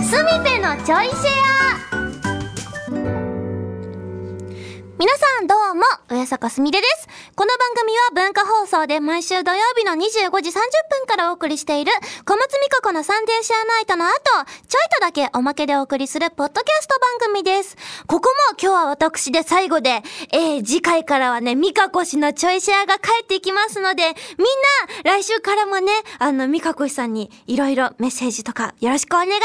すみてのちょいシェア。皆さんどうも、上坂すみれです。この番組は文化放送で毎週土曜日の25時30分からお送りしている小松美香子のサンデーシェアナイトの後、ちょいとだけおまけでお送りするポッドキャスト番組です。ここも今日は私で最後で、次回からはね、美香子氏のちょいシェアが帰ってきますので、みんな来週からもね、美香子氏さんにいろいろメッセージとかよろしくお願いします。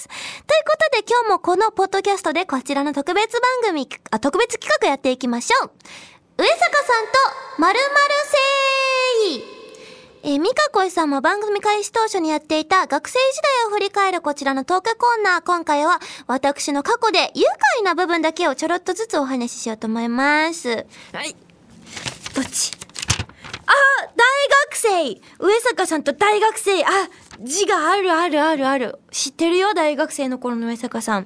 ということで今日もこのポッドキャストでこちらの特別企画やっていきましょう。上坂さんと〇〇せい。美香子さんも番組開始当初にやっていた学生時代を振り返るこちらのトークコーナー。今回は私の過去で愉快な部分だけをちょろっとずつお話ししようと思います。はい。どっち？大学生！上坂さんと大学生！字がある。知ってるよ、大学生の頃の上坂さん。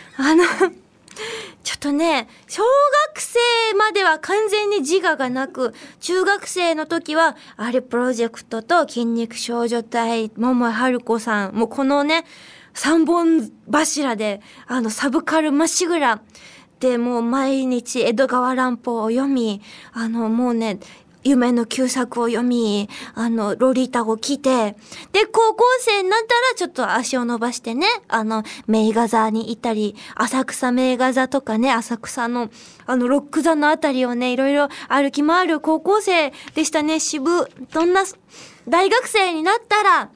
ちょっとね、小学生までは完全に自我がなく、中学生の時は、プロジェクトと筋肉少女隊、桃井春子さん、もうこのね、三本柱で、サブカルまっしぐらで、もう毎日江戸川乱歩を読み、もうね、夢の旧作を読み、ロリータを着て、で、高校生になったらちょっと足を伸ばしてね、名画座に行ったり、浅草名画座とかね、浅草の、ロック座のあたりをね、いろいろ歩き回る高校生でしたね、どんな、大学生になったら、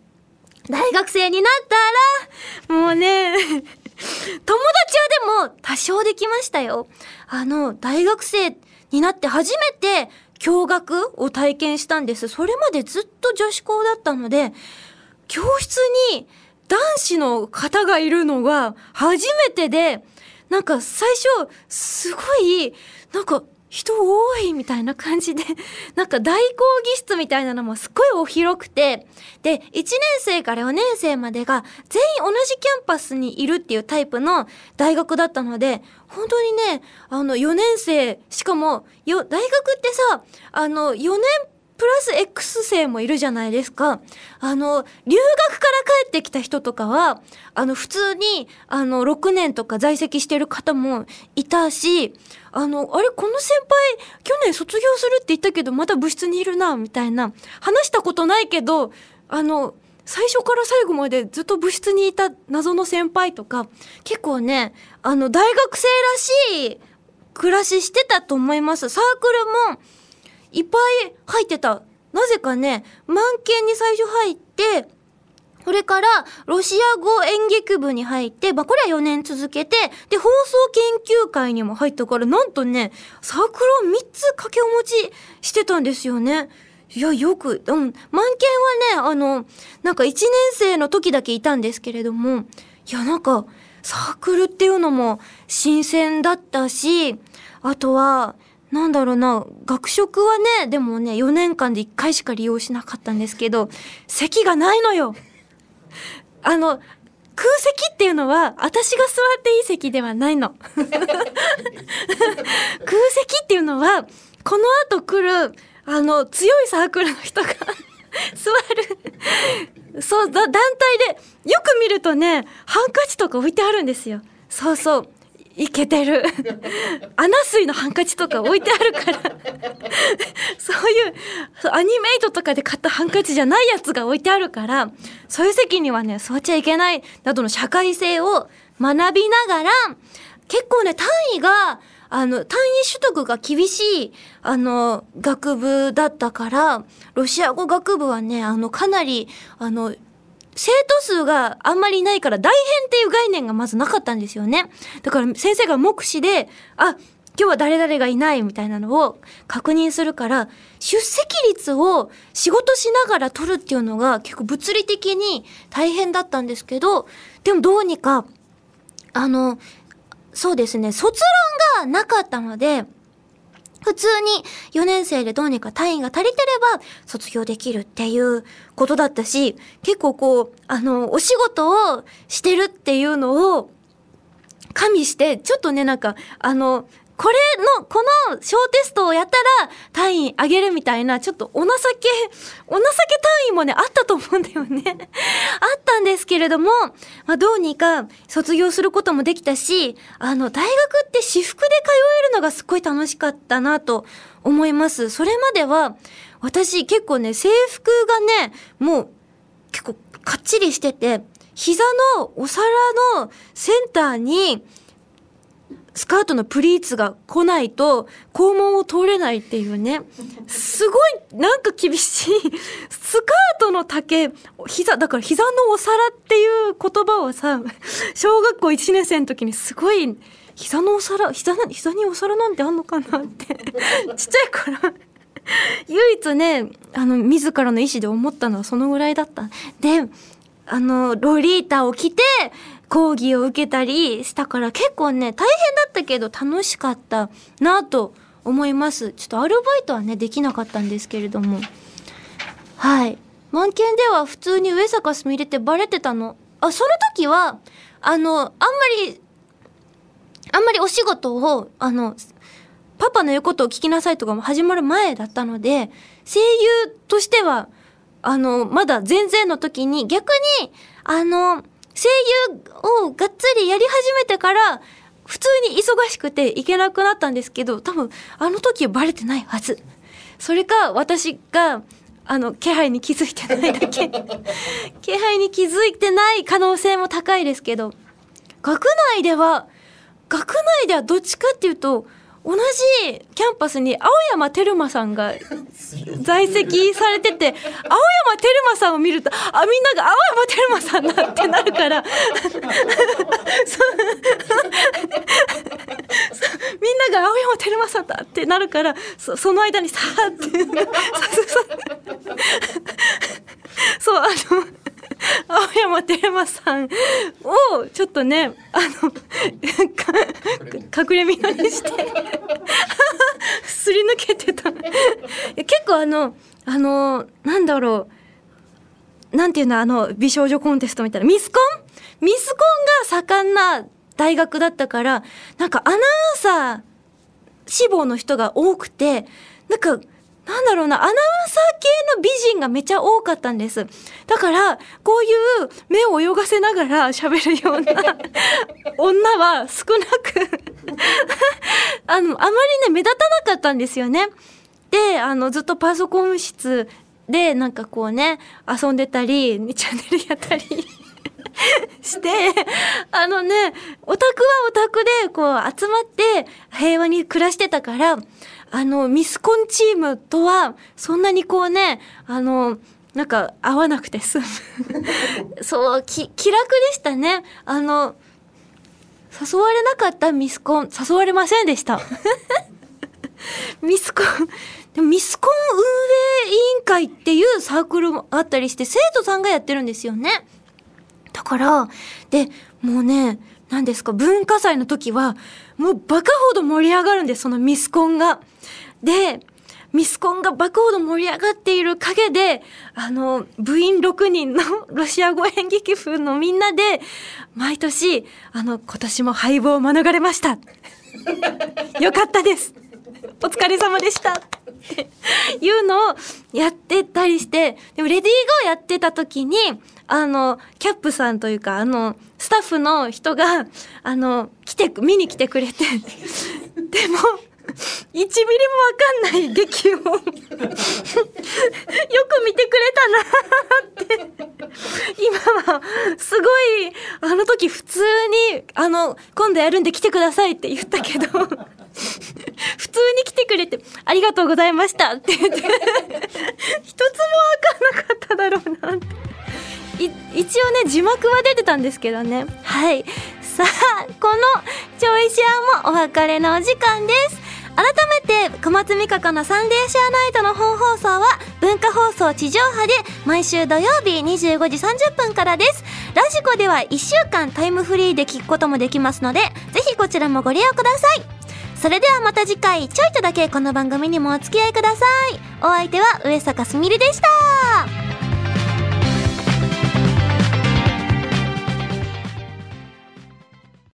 もうね、友達はでも多少できましたよ。大学生になって初めて、共学を体験したんです。それまでずっと女子校だったので、教室に男子の方がいるのが初めてで、なんか最初、すごい、なんか人多いみたいな感じで、なんか大講義室みたいなのもすっごいお広くて、で、1年生から4年生までが全員同じキャンパスにいるっていうタイプの大学だったので、本当にね、4年生、しかも、大学ってさ、4年プラス X 生もいるじゃないですか。留学から帰ってきた人とかは、普通に、6年とか在籍してる方もいたし、この先輩、去年卒業するって言ったけど、まだ部室にいるな、みたいな。話したことないけど、最初から最後までずっと部室にいた謎の先輩とか、結構ね、大学生らしい暮らししてたと思います。サークルもいっぱい入ってた。なぜかね、満研に最初入って、それからロシア語演劇部に入って、これは4年続けて、で、放送研究会にも入ったから、なんとね、サークルを3つ掛け持ちしてたんですよね。いや、満研はね、なんか1年生の時だけいたんですけれども、いや、なんか、サークルっていうのも新鮮だったし、あとは、なんだろうな、学食はね、でもね、4年間で1回しか利用しなかったんですけど、席がないのよ。空席っていうのは、私が座っていい席ではないの。空席っていうのは、この後来る、強いサークルの人が座る。そう、団体で、よく見るとね、ハンカチとか置いてあるんですよ。そうそう。いけてる。穴水のハンカチとか置いてあるから。そういう、アニメイトとかで買ったハンカチじゃないやつが置いてあるから、そういう席にはね、座っちゃいけない、などの社会性を学びながら、結構ね、単位取得が厳しい、学部だったから、ロシア語学部はね、かなり、生徒数があんまりいないから大変っていう概念がまずなかったんですよね。だから先生が目視で、今日は誰々がいないみたいなのを確認するから、出席率を仕事しながら取るっていうのが結構物理的に大変だったんですけど、でもどうにか、そうですね、卒論がなかったので、普通に4年生でどうにか単位が足りてれば卒業できるっていうことだったし、結構お仕事をしてるっていうのを加味して、ちょっとね、なんか、 この小テストをやったら単位上げるみたいな、ちょっとお情け単位もね、あったと思うんだよね。あったんですけれども、どうにか卒業することもできたし、大学って私服で通えるのがすごい楽しかったなと思います。それまでは、私結構ね、制服がね、もう結構かっちりしてて、膝のお皿のセンターにスカートのプリーツが来ないと校門を通れないっていうね、すごいなんか厳しいスカートの丈、だから膝のお皿っていう言葉をさ、小学校1年生の時にすごい膝にお皿なんてあんのかなってちっちゃい頃唯一ね、自らの意思で思ったのはそのぐらいだった。で、ロリータを着て講義を受けたりしたから結構ね、大変だったけど楽しかったなと思います。ちょっとアルバイトはね、できなかったんですけれども。はい。満研では普通に上坂すみれってバレてたの。その時は、あんまりお仕事を、パパの言うことを聞きなさいとかも始まる前だったので、声優としては、まだ全然の時に、逆に、声優をがっつりやり始めてから、普通に忙しくて行けなくなったんですけど、多分、あの時はバレてないはず。それか、私が、気配に気づいてないだけ。気配に気づいてない可能性も高いですけど、学内ではどっちかっていうと、同じキャンパスに青山テルマさんが在籍されてて、青山テルマさんを見ると、みんなが青山テルマさんだってなるからみんなが青山テルマさんだってなるから、その間にさーってそう青山テルマさんをちょっとね、隠れみのにしてすり抜けてた。結構なんだろう、なんていうの、美少女コンテストみたいな、ミスコンが盛んな大学だったから、なんかアナウンサー志望の人が多くて、なんだろうな、アナウンサー系の美人がめちゃ多かったんです。だから、こういう目を泳がせながら喋るような女は少なくあまりね、目立たなかったんですよね。で、ずっとパソコン室でなんかこうね、遊んでたり、チャンネルやったりして、オタクはオタクでこう集まって平和に暮らしてたから、ミスコンチームとはそんなにこうね、なんか合わなくて済むそう、気楽でしたね。誘われなかったミスコン、誘われませんでしたミスコン、でもミスコン運営委員会っていうサークルもあったりして、生徒さんがやってるんですよね。だから、で、もうね、何ですか、文化祭の時は、もうバカほど盛り上がるんです、そのミスコンが。で、ミスコンがバカほど盛り上がっている陰で、部員6人のロシア語演劇部のみんなで、毎年、今年も敗北を免れました。よかったです。お疲れ様でした。っていうのをやってたりして、でもレディーゴーやってた時に、キャップさんというか、スタッフの人が、見に来てくれて、でも、1ミリもわかんない劇をよく見てくれたなって今はすごい時普通に今度やるんで来てくださいって言ったけど普通に来てくれてありがとうございましたって言って一つもわかんなかっただろうなって一応ね字幕は出てたんですけどね。はい、さあこのちょいシェアもお別れのお時間です。改めて小松美香子のサンデーシェアナイトの本放送は文化放送地上波で毎週土曜日25時30分からです。ラジコでは1週間タイムフリーで聞くこともできますので、ぜひこちらもご利用ください。それではまた次回、ちょいとだけこの番組にもお付き合いください。お相手は上坂すみれでした。